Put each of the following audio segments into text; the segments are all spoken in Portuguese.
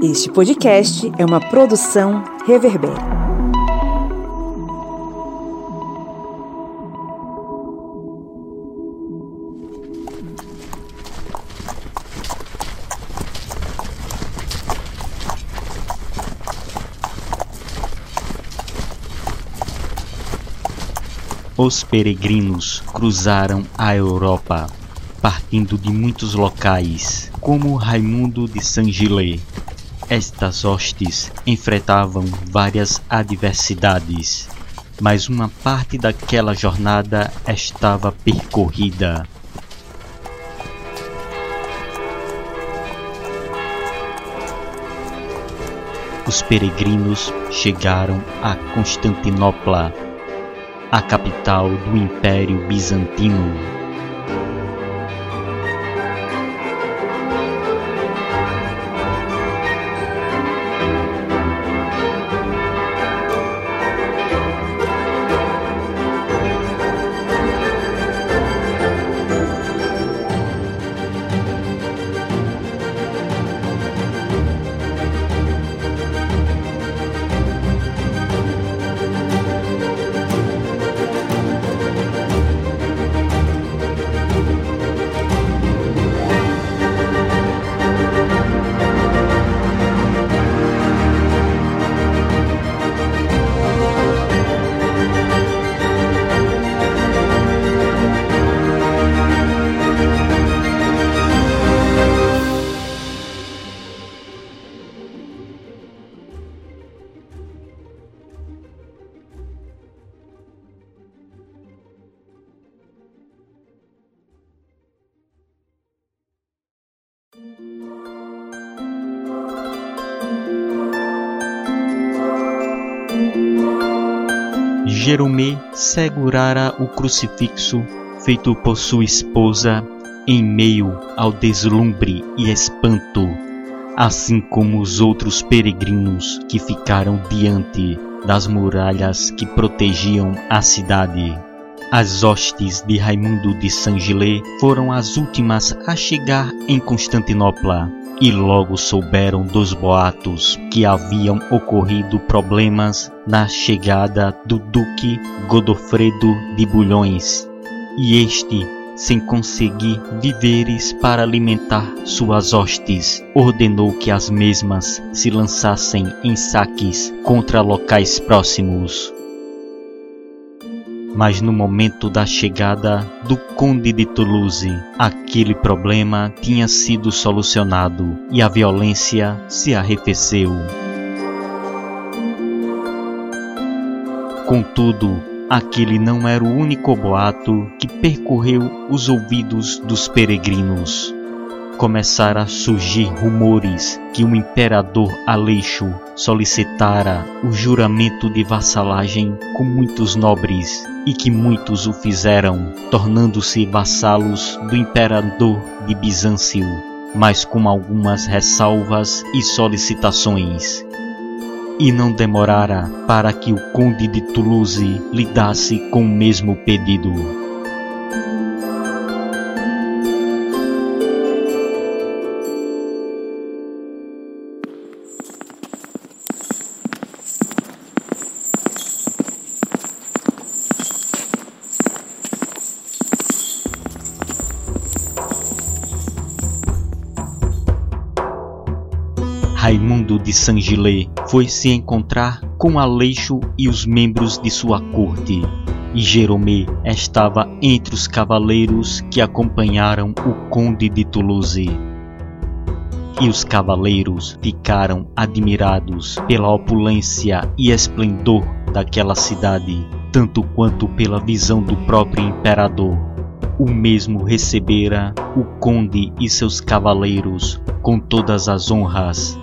Este podcast é uma produção Reverber. Os peregrinos cruzaram a Europa, partindo de muitos locais, como Raimundo de Saint-Gilles. Estas hostes enfrentavam várias adversidades, mas uma parte daquela jornada estava percorrida. Os peregrinos chegaram a Constantinopla, a capital do Império Bizantino. Jerôme segurara o crucifixo feito por sua esposa em meio ao deslumbre e espanto, assim como os outros peregrinos que ficaram diante das muralhas que protegiam a cidade. As hostes de Raimundo de Saint-Gilles foram as últimas a chegar em Constantinopla e logo souberam dos boatos que haviam ocorrido problemas na chegada do Duque Godofredo de Bulhões, e este, sem conseguir víveres para alimentar suas hostes, ordenou que as mesmas se lançassem em saques contra locais próximos. Mas no momento da chegada do Conde de Toulouse, aquele problema tinha sido solucionado e a violência se arrefeceu. Contudo, aquele não era o único boato que percorreu os ouvidos dos peregrinos. Começaram a surgir rumores que o imperador Aleixo solicitara o juramento de vassalagem com muitos nobres e que muitos o fizeram, tornando-se vassalos do imperador de Bizâncio, mas com algumas ressalvas e solicitações. E não demorara para que o Conde de Toulouse lidasse com o mesmo pedido. Raimundo de Saint-Gilles foi se encontrar com Aleixo e os membros de sua corte, e Jerôme estava entre os cavaleiros que acompanharam o Conde de Toulouse. E os cavaleiros ficaram admirados pela opulência e esplendor daquela cidade, tanto quanto pela visão do próprio imperador. O mesmo recebera o conde e seus cavaleiros com todas as honras.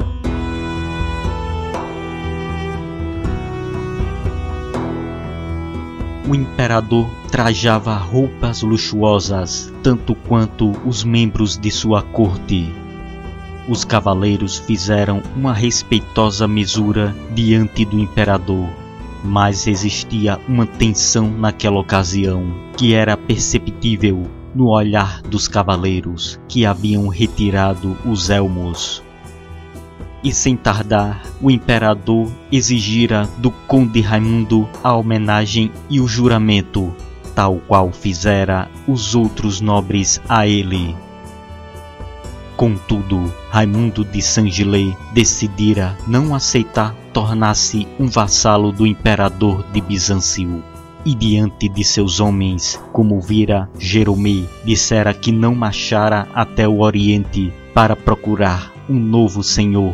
O imperador trajava roupas luxuosas, tanto quanto os membros de sua corte. Os cavaleiros fizeram uma respeitosa mesura diante do imperador, mas existia uma tensão naquela ocasião, que era perceptível no olhar dos cavaleiros que haviam retirado os elmos. e sem tardar, o imperador exigira do conde Raimundo a homenagem e o juramento, tal qual fizera os outros nobres a ele. Contudo, Raimundo de Saint-Gelais decidira não aceitar tornar-se um vassalo do imperador de Bizâncio. E diante de seus homens, como vira Jeromé, dissera que não marchara até o Oriente para procurar um novo senhor.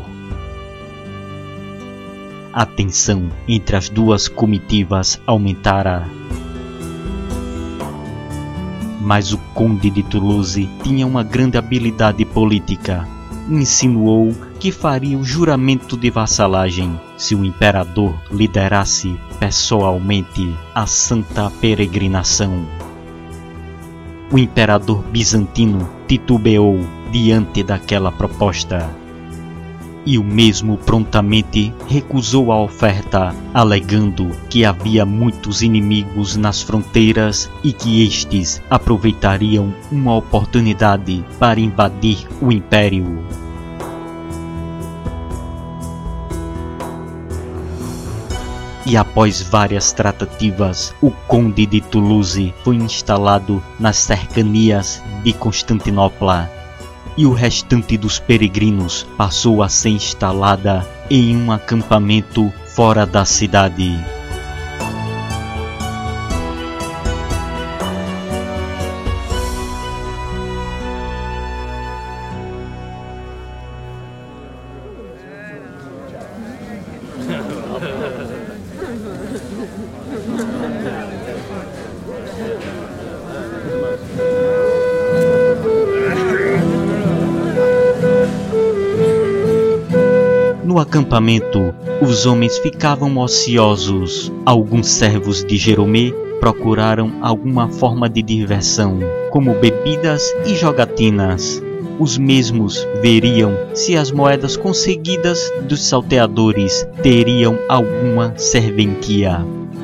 A tensão entre as duas comitivas aumentara. Mas o conde de Toulouse tinha uma grande habilidade política. Insinuou que faria o juramento de vassalagem se o imperador liderasse pessoalmente a santa peregrinação. O imperador bizantino titubeou diante daquela proposta, e o mesmo prontamente recusou a oferta, alegando que havia muitos inimigos nas fronteiras e que estes aproveitariam uma oportunidade para invadir o império. E após várias tratativas, o conde de Toulouse foi instalado nas cercanias de Constantinopla, e o restante dos peregrinos passou a ser instalada em um acampamento fora da cidade. No acampamento, os homens ficavam ociosos. Alguns servos de Jeromé procuraram alguma forma de diversão, como bebidas e jogatinas. Os mesmos veriam se as moedas conseguidas dos salteadores teriam alguma serventia.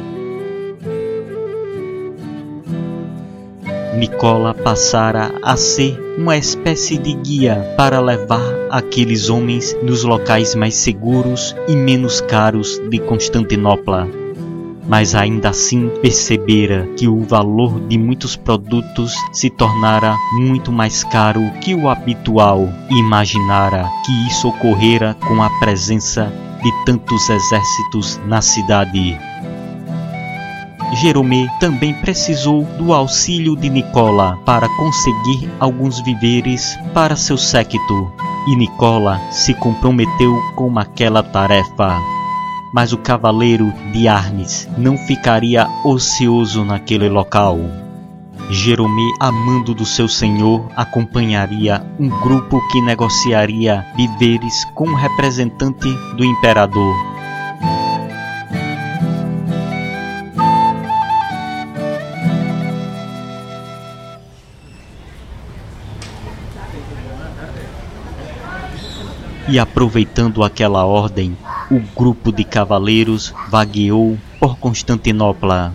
Nicola passara a ser uma espécie de guia para levar aqueles homens nos locais mais seguros e menos caros de Constantinopla. Mas ainda assim percebera que o valor de muitos produtos se tornara muito mais caro que o habitual e imaginara que isso ocorrera com a presença de tantos exércitos na cidade. Jeromé também precisou do auxílio de Nicola para conseguir alguns víveres para seu séquito, e Nicola se comprometeu com aquela tarefa. Mas o cavaleiro de Arnes não ficaria ocioso naquele local. Jeromé, a mando do seu senhor, acompanharia um grupo que negociaria víveres com o representante do imperador. E aproveitando aquela ordem, o grupo de cavaleiros vagueou por Constantinopla.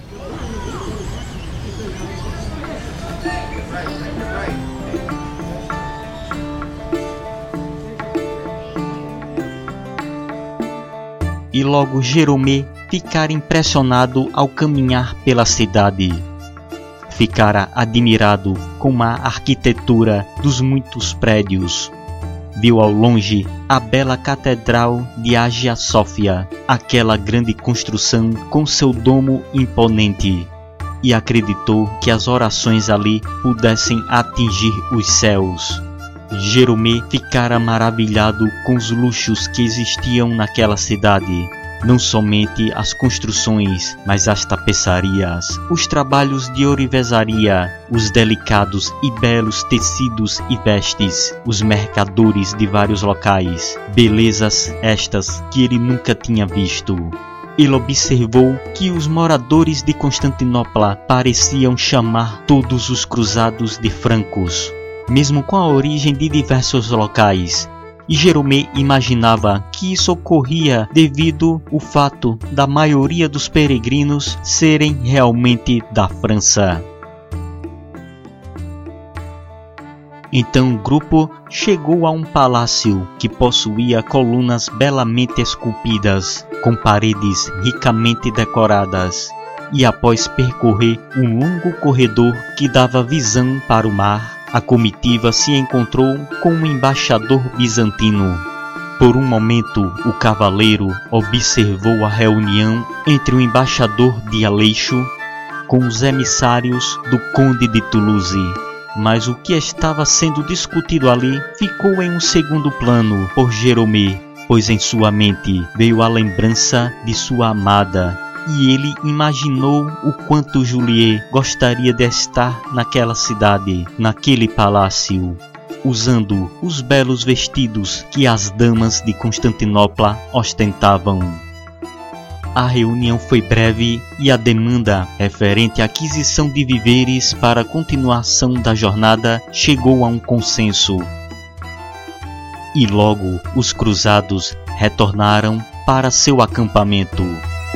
E logo Jeromé ficara impressionado ao caminhar pela cidade. Ficara admirado com a arquitetura dos muitos prédios. Viu ao longe a bela catedral de Hagia Sophia, aquela grande construção com seu domo imponente, e acreditou que as orações ali pudessem atingir os céus. Jeromé ficara maravilhado com os luxos que existiam naquela cidade. Não somente as construções, mas as tapeçarias, os trabalhos de ourivesaria, os delicados e belos tecidos e vestes, os mercadores de vários locais, belezas estas que ele nunca tinha visto. Ele observou que os moradores de Constantinopla pareciam chamar todos os cruzados de francos, mesmo com a origem de diversos locais. E Jeromé imaginava que isso ocorria devido ao fato da maioria dos peregrinos serem realmente da França. Então o grupo chegou a um palácio que possuía colunas belamente esculpidas, com paredes ricamente decoradas. E após percorrer um longo corredor que dava visão para o mar, a comitiva se encontrou com um embaixador bizantino. Por um momento, o cavaleiro observou a reunião entre o embaixador de Aleixo com os emissários do conde de Toulouse. Mas o que estava sendo discutido ali ficou em um segundo plano por Jerome, pois em sua mente veio a lembrança de sua amada, e ele imaginou o quanto Juliet gostaria de estar naquela cidade, naquele palácio, usando os belos vestidos que as damas de Constantinopla ostentavam. A reunião foi breve e a demanda referente à aquisição de víveres para a continuação da jornada chegou a um consenso. E logo os cruzados retornaram para seu acampamento.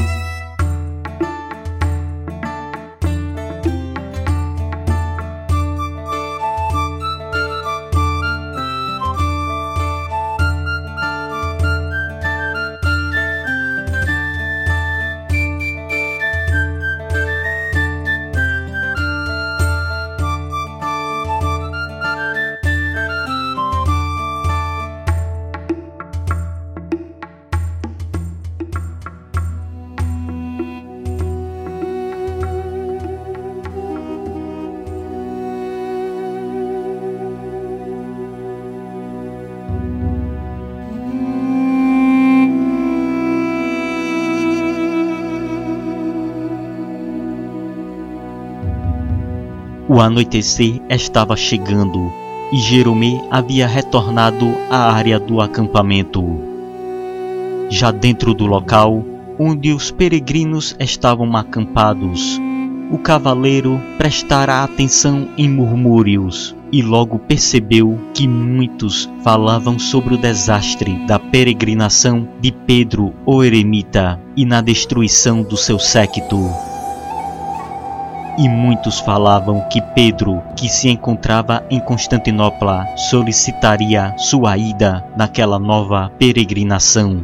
O anoitecer estava chegando e Jerome havia retornado à área do acampamento. Já dentro do local onde os peregrinos estavam acampados, o cavaleiro prestara atenção em murmúrios e logo percebeu que muitos falavam sobre o desastre da peregrinação de Pedro o eremita e na destruição do seu séquito. E muitos falavam que Pedro, que se encontrava em Constantinopla, solicitaria sua ida naquela nova peregrinação.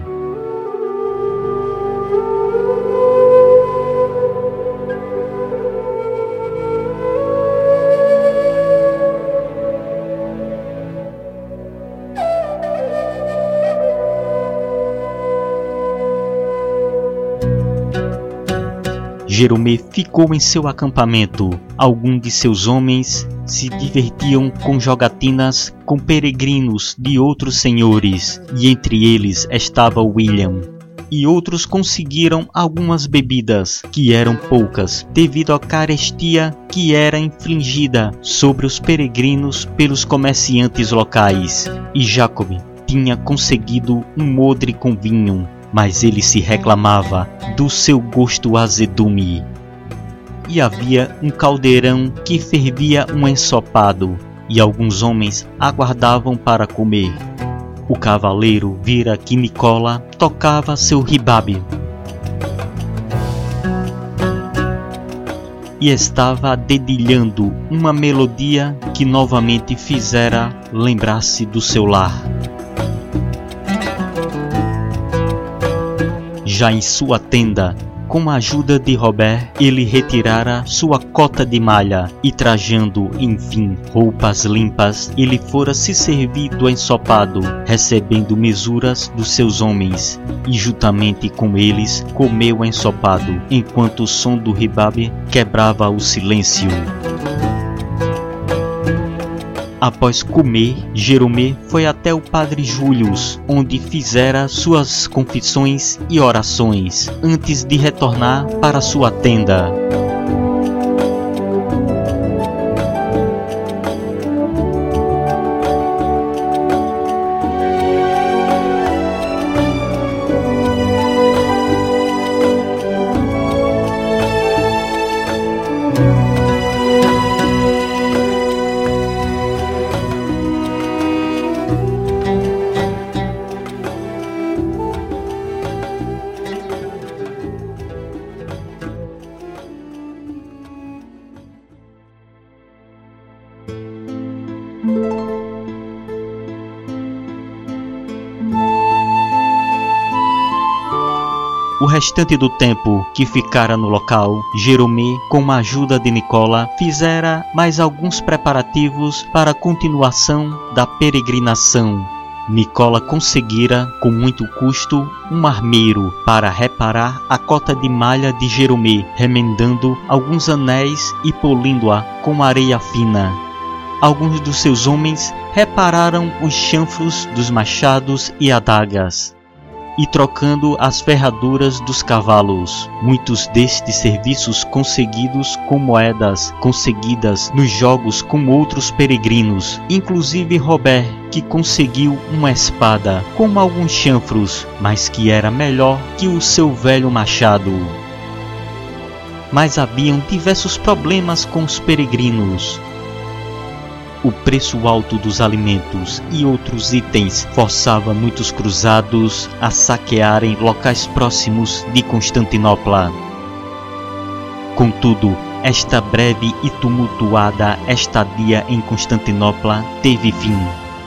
Jerome ficou em seu acampamento. Alguns de seus homens se divertiam com jogatinas com peregrinos de outros senhores, e entre eles estava William. E outros conseguiram algumas bebidas, que eram poucas, devido à carestia que era infligida sobre os peregrinos pelos comerciantes locais. E Jacob tinha conseguido um odre com vinho, mas ele se reclamava do seu gosto azedume. E havia um caldeirão que fervia um ensopado, e alguns homens aguardavam para comer. O cavaleiro vira que Nicola tocava seu ribabe e estava dedilhando uma melodia que novamente fizera lembrar-se do seu lar. Já em sua tenda, com a ajuda de Robert, ele retirara sua cota de malha e, trajando, enfim, roupas limpas, ele fora se servir do ensopado, recebendo mesuras dos seus homens, e juntamente com eles comeu o ensopado, enquanto o som do ribabe quebrava o silêncio. Após comer, Jerome foi até o padre Július, onde fizera suas confissões e orações, antes de retornar para sua tenda. o restante do tempo que ficara no local, Jeromé, com a ajuda de Nicola, fizera mais alguns preparativos para a continuação da peregrinação. Nicola conseguira, com muito custo, um armeiro para reparar a cota de malha de Jeromé, remendando alguns anéis e polindo-a com areia fina. Alguns dos seus homens repararam os chanfros dos machados e adagas, e trocando as ferraduras dos cavalos. Muitos destes serviços conseguidos com moedas conseguidas nos jogos com outros peregrinos, inclusive Robert, que conseguiu uma espada com alguns chanfros, mas que era melhor que o seu velho machado. Mas haviam diversos problemas com os peregrinos. O preço alto dos alimentos e outros itens forçava muitos cruzados a saquearem locais próximos de Constantinopla. Contudo, esta breve e tumultuada estadia em Constantinopla teve fim.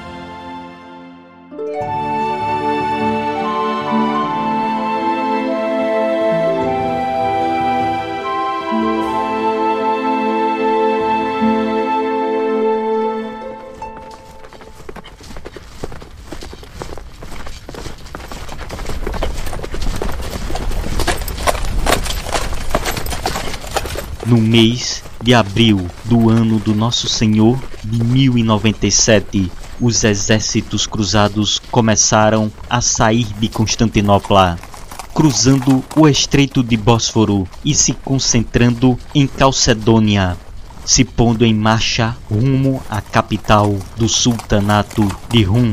No mês de abril do ano do Nosso Senhor de 1097, os exércitos cruzados começaram a sair de Constantinopla, cruzando o estreito de Bósforo e se concentrando em Calcedônia, se pondo em marcha rumo à capital do sultanato de Rum.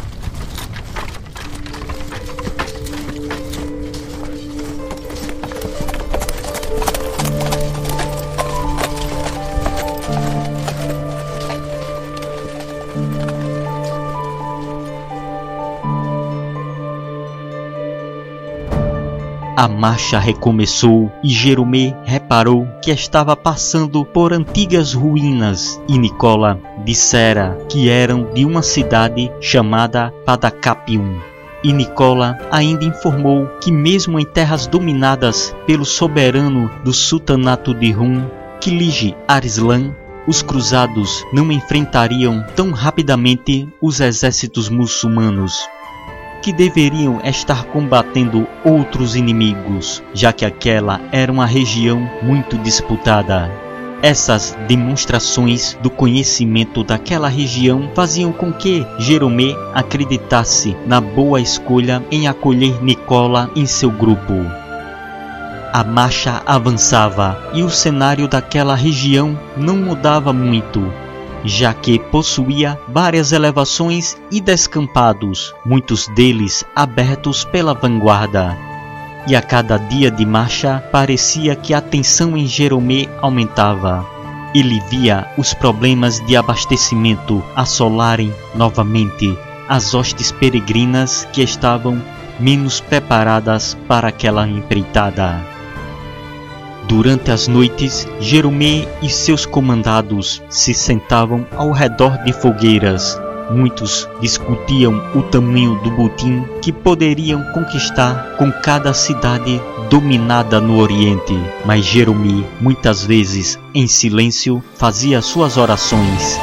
A marcha recomeçou e Jeromé reparou que estava passando por antigas ruínas e Nicola dissera que eram de uma cidade chamada Padacapium. E Nicola ainda informou que mesmo em terras dominadas pelo soberano do sultanato de Rum, Kilij Arslan, os cruzados não enfrentariam tão rapidamente os exércitos muçulmanos, que deveriam estar combatendo outros inimigos, já que aquela era uma região muito disputada. Essas demonstrações do conhecimento daquela região faziam com que Jeromé acreditasse na boa escolha em acolher Nicola em seu grupo. A marcha avançava e o cenário daquela região não mudava muito, já que possuía várias elevações e descampados, muitos deles abertos pela vanguarda. E a cada dia de marcha parecia que a tensão em Jeromé aumentava. Ele via os problemas de abastecimento assolarem novamente as hostes peregrinas que estavam menos preparadas para aquela empreitada. Durante as noites, Jeromé e seus comandados se sentavam ao redor de fogueiras. Muitos discutiam o tamanho do botim que poderiam conquistar com cada cidade dominada no Oriente. Mas Jeromé, muitas vezes em silêncio, fazia suas orações.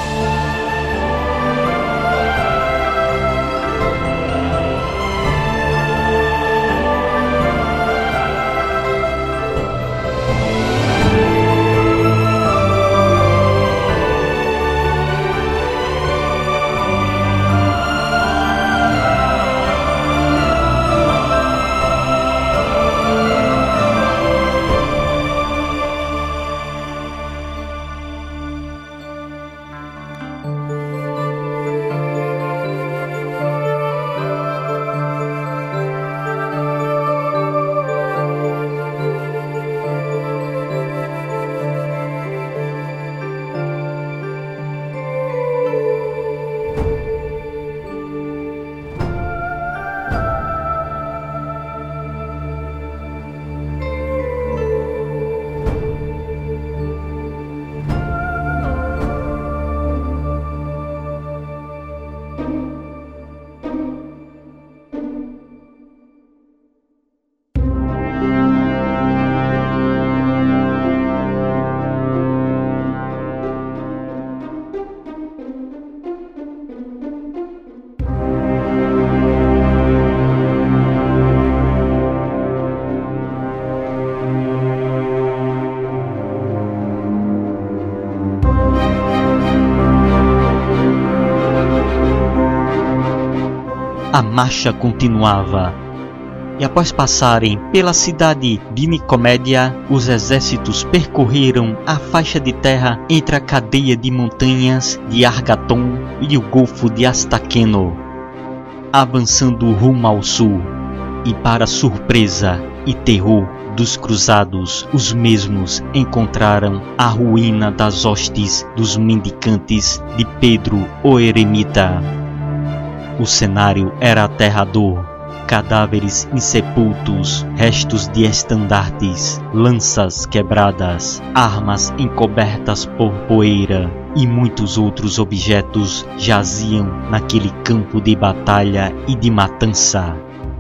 a marcha continuava. E após passarem pela cidade de Nicomédia, os exércitos percorreram a faixa de terra entre a cadeia de montanhas de Argaton e o Golfo de Astaqueno, avançando rumo ao sul. E para surpresa e terror dos cruzados, os mesmos encontraram a ruína das hostes dos mendicantes de Pedro o Eremita. O cenário era aterrador. Cadáveres insepultos, restos de estandartes, lanças quebradas, armas encobertas por poeira e muitos outros objetos jaziam naquele campo de batalha e de matança.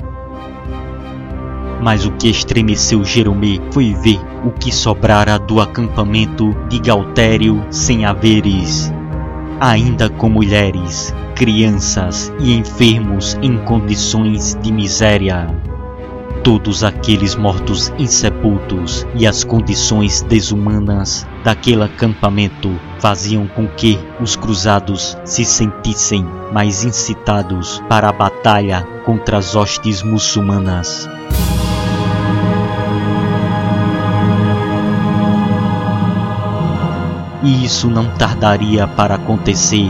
Mas o que estremeceu Jeromê foi ver o que sobrara do acampamento de Galtério sem haveres, ainda com mulheres, crianças e enfermos em condições de miséria. Todos aqueles mortos insepultos e as condições desumanas daquele acampamento faziam com que os cruzados se sentissem mais incitados para a batalha contra as hostes muçulmanas. E isso não tardaria para acontecer.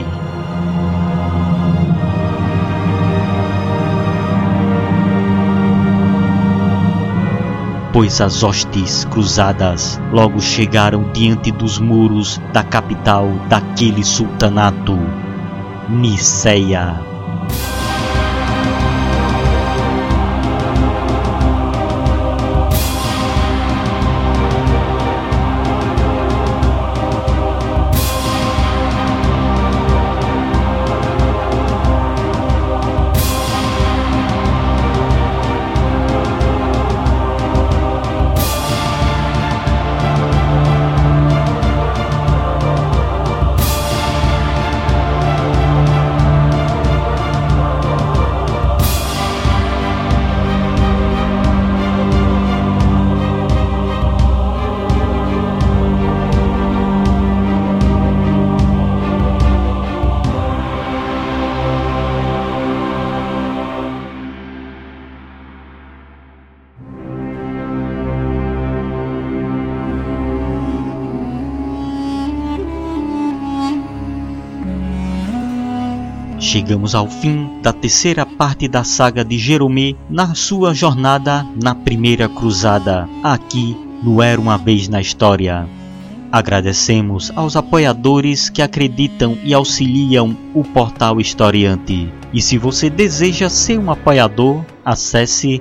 Pois as hostes cruzadas logo chegaram diante dos muros da capital daquele sultanato, Nicéia. Chegamos ao fim da terceira parte da saga de Jeromê na sua jornada na primeira cruzada, aqui no Era Uma Vez na História. Agradecemos aos apoiadores que acreditam e auxiliam o portal Historiante. E se você deseja ser um apoiador, acesse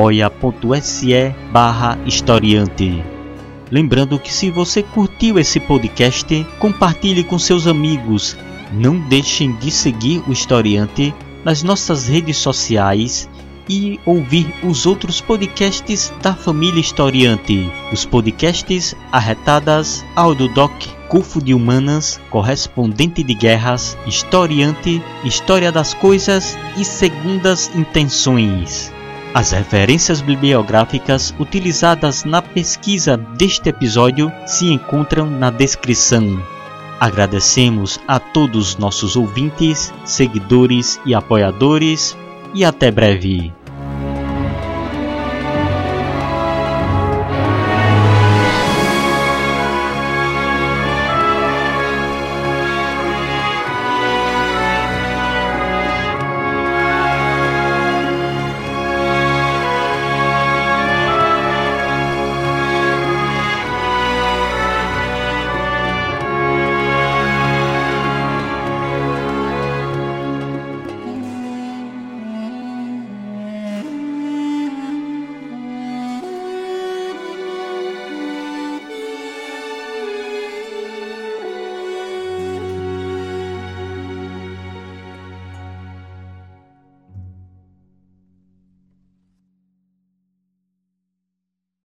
apoia.se/historiante. Lembrando que se você curtiu esse podcast, compartilhe com seus amigos. Não deixem de seguir o Historiante nas nossas redes sociais e ouvir os outros podcasts da família Historiante. Os podcasts Arretadas, Audiodoc, Golfo de Humanas, Correspondente de Guerras, Historiante, História das Coisas e Segundas Intenções. As referências bibliográficas utilizadas na pesquisa deste episódio se encontram na descrição. Agradecemos a todos nossos ouvintes, seguidores e apoiadores e até breve.